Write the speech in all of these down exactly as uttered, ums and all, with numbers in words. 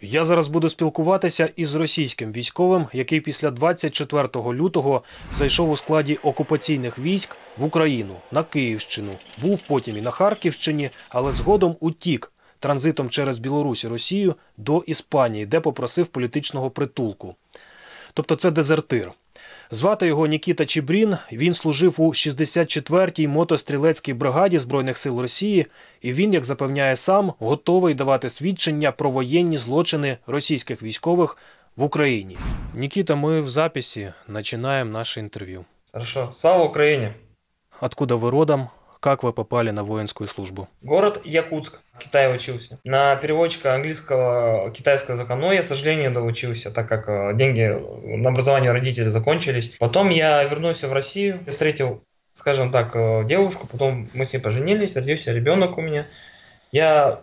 Я зараз буду спілкуватися із російським військовим, який після двадцять четвертого лютого зайшов у складі окупаційних військ в Україну, на Київщину. Був потім і на Харківщині, але згодом утік транзитом через Білорусь і Росію до Іспанії, де попросив політичного притулку. Тобто це дезертир. Звати його Нікіта Чебрін, він служив у шістдесят четвертій мотострілецькій бригаді Збройних сил Росії, і він, як запевняє сам, готовий давати свідчення про воєнні злочини російських військових в Україні. Нікіта, мы в записи, начинаем наше интервью. Хорошо. Слава Украине! Откуда вы родом? Как вы попали на воинскую службу? Город Якутск. В Китае учился. На переводчика английского, китайского языка, но я, к сожалению, доучился, так как деньги на образование родителей закончились. Потом я вернулся в Россию, встретил, скажем так, девушку, потом мы с ней поженились, родился ребенок у меня. Я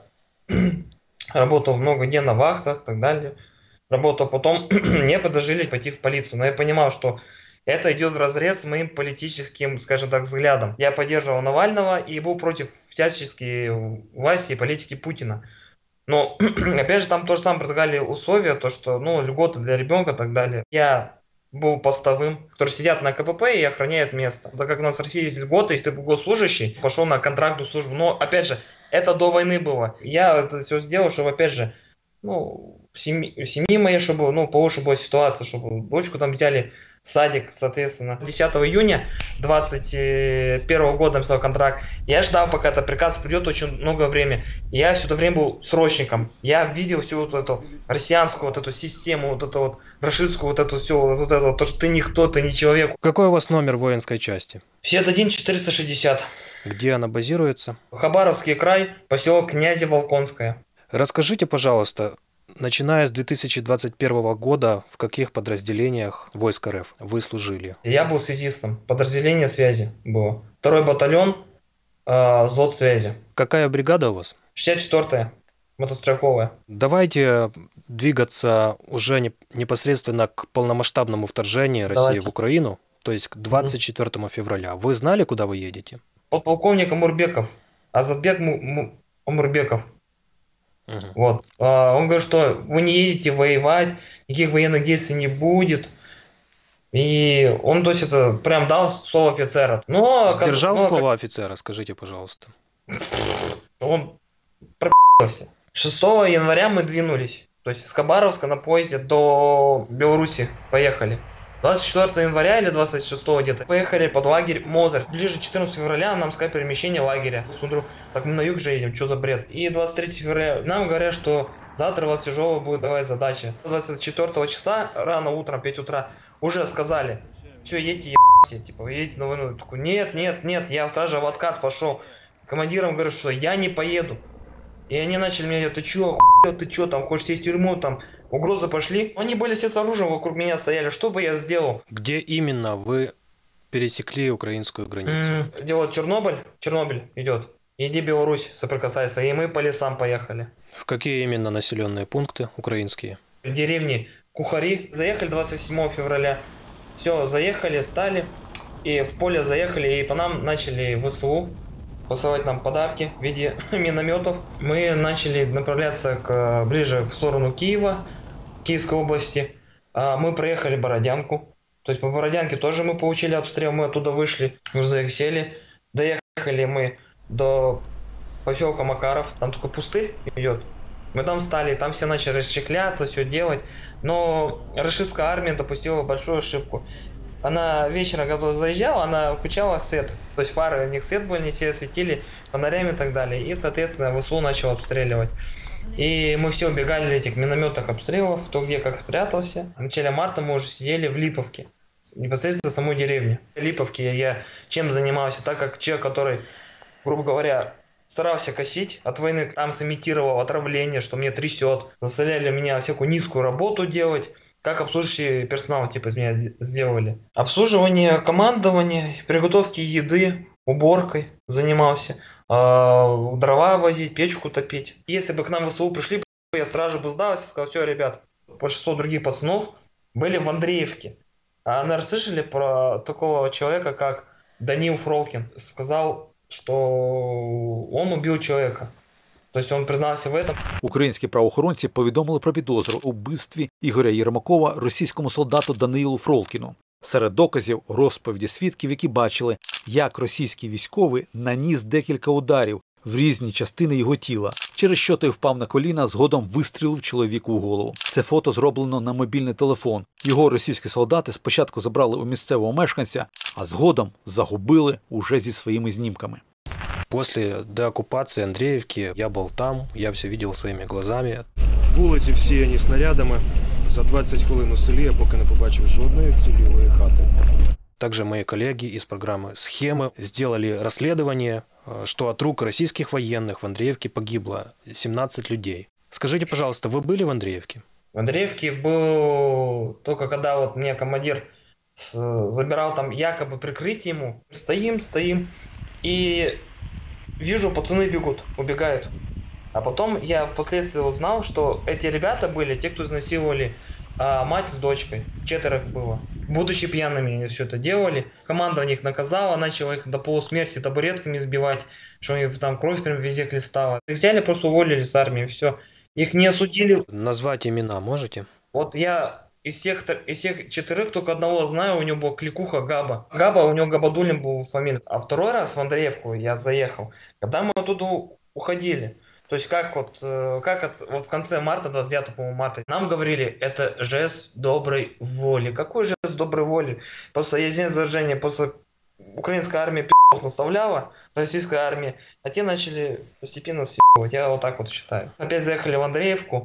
работал много дней на вахтах и так далее. Работал потом, мне предложили пойти в полицию, но я понимал, что это идет вразрез с моим политическим, скажем так, взглядом. Я поддерживал Навального и был против всячески власти и политики Путина. Но, опять же, там тоже самое предлагали условия, то, что, ну, льготы для ребенка и так далее. Я был постовым, которые сидят на КПП и охраняют место. Так как у нас в России есть льготы, если ты был госслужащий, пошел на контрактную службу. Но, опять же, это до войны было. Я это все сделал, чтобы, опять же, ну, в семье, в семье моей, чтобы, ну, получше была ситуация, чтобы дочку там взяли в садик, соответственно. десятого июня двадцать первого года написал контракт. Я ждал, пока этот приказ придет, очень много времени. Я все это время был срочником. Я видел всю вот эту россиянскую вот эту систему, вот эту вот рашистскую, вот эту все, вот это, то, что ты никто, ты не человек. Какой у вас номер воинской части? пятьдесят один четыреста шестьдесят. Где она базируется? Хабаровский край, поселок Князево-Волконское. Расскажите, пожалуйста, начиная с две тысячи двадцать первого года, в каких подразделениях войск РФ вы служили? Я был связистом, подразделение связи было. Второй батальон, э, взвод связи. Какая бригада у вас? шестьдесят четвёртая, мотострелковая. Давайте двигаться уже непосредственно к полномасштабному вторжению России Давайте. в Украину, то есть к двадцать четвёртому февраля. Вы знали, куда вы едете? Подполковник Амурбеков, Азатбек Амурбеков. Угу. Вот. Он говорит, что вы не едете воевать, никаких военных действий не будет. И он, то есть, это прям дал слово офицера. Но, Сдержал но, слова офицера, скажите, пожалуйста. Он пропи***ся. шестого января мы двинулись. То есть с Хабаровска на поезде до Беларуси поехали. двадцать четвёртого января или двадцать шестого где-то поехали под лагерь Мозырь. Ближе четырнадцатого февраля нам сказали перемещение лагеря. Смотрю, так мы на юг же едем, что за бред? И двадцать третьего февраля нам говорят, что завтра у вас тяжелая будет боевая задача. двадцать четвёртого числа, рано утром, пять утра, уже сказали, все, едьте, ебайте, типа, едете на войну. Я такой, нет, нет, нет, я сразу в отказ пошел. Командирам говорю, что я не поеду. И они начали меня, ты чё, охуел, ты чё, там, хочешь сесть в тюрьму, там, угрозы пошли. Они были все с оружием вокруг меня стояли, что бы я сделал? Где именно вы пересекли украинскую границу? Mm, где вот Чернобыль, Чернобыль идет. Иди Беларусь соприкасайся, и мы по лесам поехали. В какие именно населенные пункты украинские? В деревне Кухари. Заехали двадцать седьмого февраля. Все, заехали, стали. И в поле заехали, и по нам начали ВСУ посылать нам подарки в виде минометов. Мы начали направляться к, ближе в сторону Киева, Киевской области. Мы проехали Бородянку. То есть по Бородянке тоже мы получили обстрел, мы оттуда вышли, уже сели. Доехали мы до поселка Макаров, там такой пустырь идет. Мы там стали, там все начали расчехляться, все делать. Но рашистская армия допустила большую ошибку. Она вечером, когда заезжала, она включала свет. То есть фары, у них свет были, не все светили фонарями и так далее. И, соответственно, ВСУ начал обстреливать. И мы все убегали для этих минометных обстрелов, кто где как спрятался. В начале марта мы уже сидели в Липовке, непосредственно в самой деревне. В Липовке я чем занимался, так как человек, который, грубо говоря, старался косить от войны, там сымитировал отравление, что мне трясет. Заставляли меня всякую низкую работу делать. Как обслуживающий персонал, типа, из меня сделали. Обслуживание, командование, приготовки еды, уборкой занимался. Э, дрова возить, печку топить. Если бы к нам в ВСУ пришли, я сразу бы сдался и сказал, все, ребят, большинство других пацанов были в Андреевке. А, наверное, слышали про такого человека, как Даниил Фролкин. Сказал, что он убил человека. То есть он признался в этом. Українські правоохоронці повідомили про підозру у вбивстві Ігоря Єрмакова російському солдату Даниїлу Фролкіну. Серед доказів – розповіді свідків, які бачили, як російський військовий наніс декілька ударів в різні частини його тіла, через що той впав на коліна, згодом вистрілив чоловіку у голову. Це фото зроблено на мобільний телефон. Його російські солдати спочатку забрали у місцевого мешканця, а згодом загубили уже зі своїми знімками. После деоккупации Андреевки я был там, я все видел своими глазами. Вулиці всіяні снарядами. За двадцять хвилин у селі я поки не побачив жодної вцілілої хати. Также мои коллеги из программы «Схемы» сделали расследование, что от рук российских военных в Андреевке погибло сімнадцять людей. Скажите, пожалуйста, вы были в Андреевке? В Андреевке был только когда вот мне командир с, забирал там якобы прикрытие ему. Стоим, стоим, и вижу, пацаны бегут, убегают. А потом я впоследствии узнал, что эти ребята были те, кто изнасиловали а, мать с дочкой. Четверо было. Будучи пьяными, они все это делали. Команда них наказала, начала их до полусмерти табуретками избивать, что у них там кровь прям везде хлестала. Их взяли, просто уволили с армии, все. Их не осудили. Назвать имена можете? Вот я из всех, из всех четырех только одного знаю, у него была кликуха Габа. Габа, у него Габадулин был фамилия. А второй раз в Андреевку я заехал, когда мы оттуда уходили. То есть как вот, как от, вот в конце марта, двадцать девятого по-моему, марта, нам говорили, это жест доброй воли. Какой жест доброй воли? После езде зажжения, после украинская армия пи***ов наставляла, российская армия, а те начали постепенно съебывать. Я вот так вот считаю. Опять заехали в Андреевку,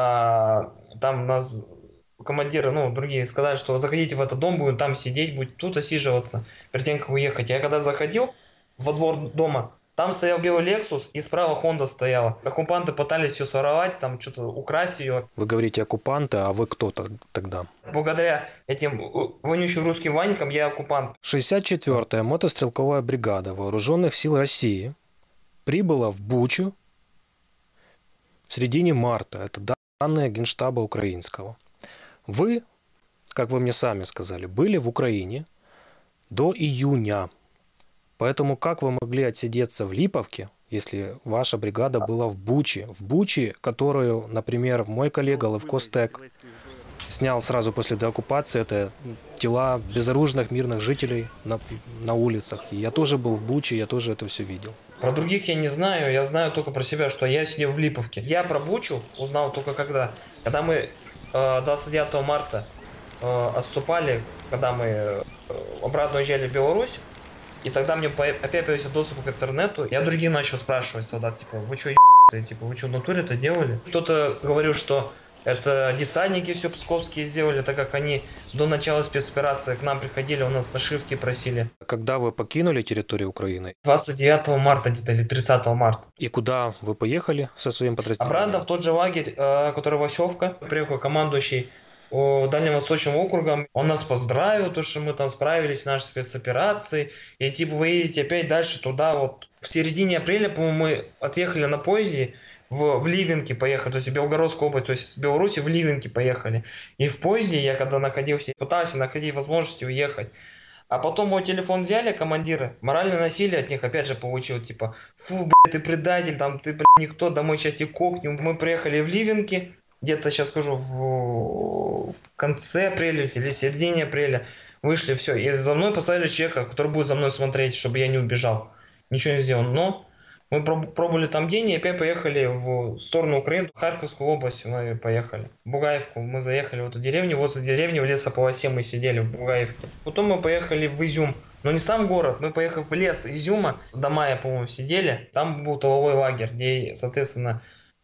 а, там нас командиры, ну, другие сказали, что заходите в этот дом, будем там сидеть, будет тут осиживаться, перед тем, как уехать. Я когда заходил во двор дома, там стоял белый Lexus, и справа Honda стояла. Оккупанты пытались все своровать, там что-то украсть ее. Вы говорите оккупанты, а вы кто тогда? Благодаря этим вонючим русским ваникам я оккупант. шестьдесят четвёртая мотострелковая бригада Вооруженных сил России прибыла в Бучу в середине марта. Это данные Генштаба украинского. Вы, как вы мне сами сказали, были в Украине до июня. Поэтому как вы могли отсидеться в Липовке, если ваша бригада была в Буче? В Буче, которую, например, мой коллега Левкостек снял сразу после деоккупации, это тела безоружных мирных жителей на, на улицах. И я тоже был в Буче, я тоже это все видел. Про других я не знаю, я знаю только про себя, что я сидел в Липовке. Я про Бучу узнал только когда. Когда мы э, двадцать девятого марта э, отступали, когда мы э, обратно уезжали в Беларусь, и тогда мне опять появился доступ к интернету. Я других начал спрашивать солдат, типа, вы что, ебаные, типа, вы что, в натуре это делали? Кто-то говорил, что это десантники все псковские сделали, так как они до начала спецоперации к нам приходили, у нас нашивки просили. Когда вы покинули территорию Украины? двадцать девятого марта где-то или тридцатого марта. И куда вы поехали со своим подразделением? Обратно в тот же лагерь, который Васевка. Приехал командующий Дальневосточным округом. Он нас поздравил, то, что мы там справились с нашей спецоперацией. И типа вы едете опять дальше туда. Вот в середине апреля, по-моему, мы отъехали на поезде в, в Ливенки поехали, то есть в Белгородскую область, то есть с Беларуси в Ливенки поехали. И в поезде я когда находился, пытался находить возможности уехать. А потом мой телефон взяли командиры, моральное насилие от них опять же получил, типа, фу, блядь, ты предатель, там, ты, блядь, никто, домой сейчас тебе кокнем. Мы приехали в Ливенки, где-то, сейчас скажу, в, в конце апреля или середине апреля, вышли, все, и за мной поставили человека, который будет за мной смотреть, чтобы я не убежал. Ничего не сделал, но мы пробовали там день и опять поехали в сторону Украины, в Харьковскую область мы поехали. В Бугаевку мы заехали в эту деревню, возле деревни в лесополосе мы сидели в Бугаевке. Потом мы поехали в Изюм, но не сам город, мы поехали в лес Изюма, до мая, по-моему, сидели. Там был тыловой лагерь, где, соответственно,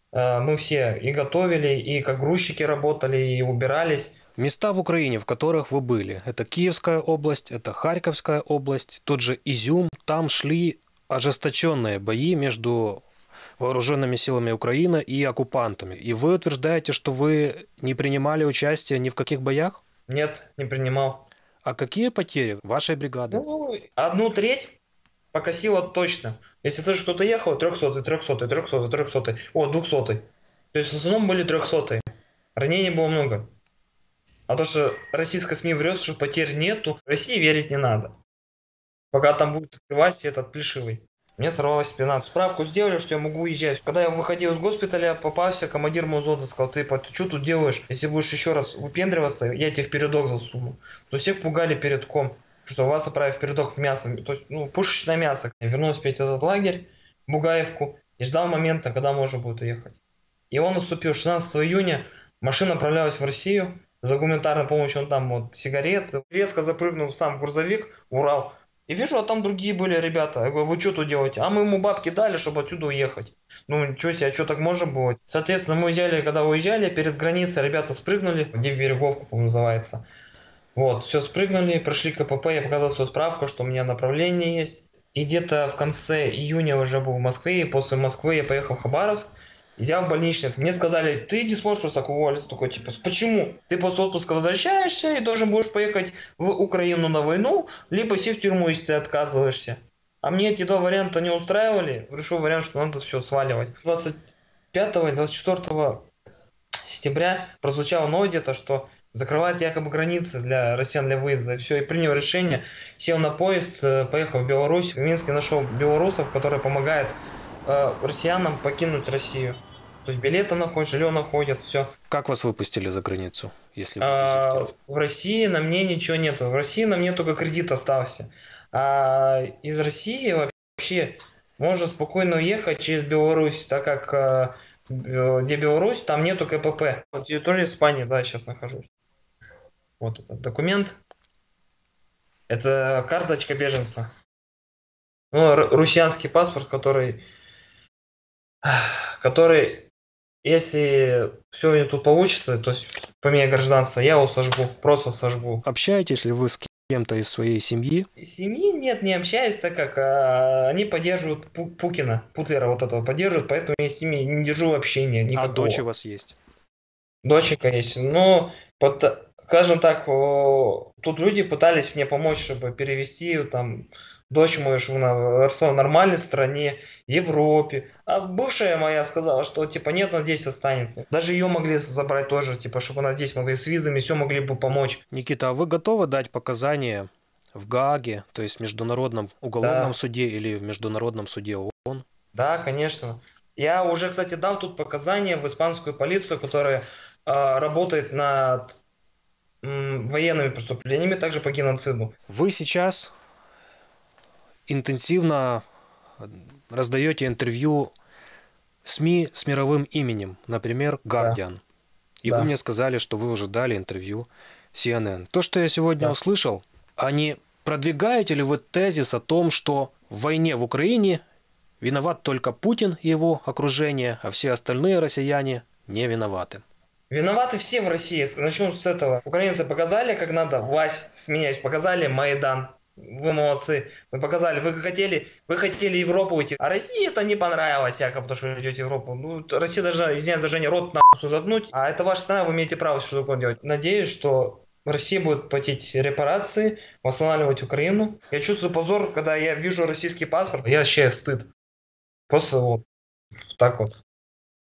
мы все и готовили, и как грузчики работали, и убирались. Места в Украине, в которых вы были, это Киевская область, это Харьковская область, тот же Изюм, там шли ожесточенные бои между вооруженными силами Украины и оккупантами. И вы утверждаете, что вы не принимали участие ни в каких боях? Нет, не принимал. А какие потери вашей бригады? Ну, одну треть покосило точно. Если слышишь, кто-то ехал, трехсотый, трехсотый, трехсотый, трехсотый, о, двухсотый. То есть в основном были трехсотые. Ранений было много. А то, что российская СМИ врет, что потерь нету, России верить не надо. Пока там будет открывать этот плешивый. Мне сорвалась спина. Справку сделали, что я могу уезжать. Когда я выходил из госпиталя, попался командир моего сказал: ты, ты что тут делаешь? Если будешь еще раз выпендриваться, я тебе в передок засуну. То всех пугали передком, что вас отправят в передок в мясо. То есть, ну, пушечное мясо. Я вернулся опять в этот лагерь, в Бугаевку, и ждал момента, когда можно будет уехать. И он наступил шестнадцатого июня. Машина направлялась в Россию. За гуманитарной помощью он там вот сигареты. Резко запрыгнул в сам грузовик, Урал. И вижу, а там другие были ребята. Я говорю: вы что тут делаете? А мы ему бабки дали, чтобы отсюда уехать. Ну, ничего себе, а что так можно было? Соответственно, мы уезжали, когда уезжали, перед границей ребята спрыгнули, где Береговка, по-моему, называется. Вот, все, спрыгнули, прошли КПП, я показал свою справку, что у меня направление есть. И где-то в конце июня уже был в Москве, и после Москвы я поехал в Хабаровск. Взял больничный. Мне сказали: ты не сможешь просто так уволиться. Такой, типа, почему? Ты после отпуска возвращаешься и должен будешь поехать в Украину на войну, либо сесть в тюрьму, если ты отказываешься. А мне эти два варианта не устраивали. Решил вариант, что надо все сваливать. двадцать пятого и двадцать четвёртого сентября прозвучало новое где-то, что закрывают якобы границы для россиян для выезда. И все, и принял решение. Сел на поезд, поехал в Беларусь. В Минске нашел белорусов, которые помогают россиянам покинуть Россию. То есть билеты находят, жилье находят, все. Как вас выпустили за границу, если вы А, дезертир? в России на мне ничего нету. В России на мне только кредит остался. А из России вообще можно спокойно уехать через Беларусь, так как а, где Беларусь, там нету КПП. Вот я тоже в Испании, да, сейчас нахожусь. Вот этот документ. Это карточка беженца. Ну, русский паспорт, который который, если все тут получится, то есть поменяя гражданство, я его сожгу, просто сожгу. Общаетесь ли вы с кем-то из своей семьи? Семьи нет, не общаюсь, так как а, они поддерживают Пу Пукина, Путлера вот этого поддерживают, поэтому я с ними не держу общения никакого. А дочь у вас есть? Доченька есть, но, под, скажем так, тут люди пытались мне помочь, чтобы перевести там дочь мою, чтобы она росла в нормальной стране, Европе. А бывшая моя сказала, что типа нет, она здесь останется. Даже ее могли забрать тоже, типа, чтобы она здесь могла с визами, все могли бы помочь. Никита, а вы готовы дать показания в Гааге, то есть в Международном уголовном Да. суде или в Международном суде ООН? Да, конечно. Я уже, кстати, дал тут показания в испанскую полицию, которая э, работает над м, военными преступлениями, также по геноциду. Вы сейчас интенсивно раздаете интервью СМИ с мировым именем, например, Guardian. Да. И да. Вы мне сказали, что вы уже дали интервью си эн эн. То, что я сегодня да. услышал, а не продвигаете ли вы тезис о том, что в войне в Украине виноват только Путин и его окружение, а все остальные россияне не виноваты? Виноваты все в России. Начнем с этого. Украинцы показали, как надо власть сменять, показали Майдан. Вы молодцы. Вы показали, вы хотели, вы хотели Европу уйти. А России это не понравилось, якобы, потому что вы идете в Европу. Ну, Россия даже, извиняюсь за Женя, рот нахуй заткнуть. А это ваша страна, вы имеете право что такое делать. Надеюсь, что Россия будет платить репарации, восстанавливать Украину. Я чувствую позор, когда я вижу российский паспорт. Я ощущаю стыд. Просто вот так вот.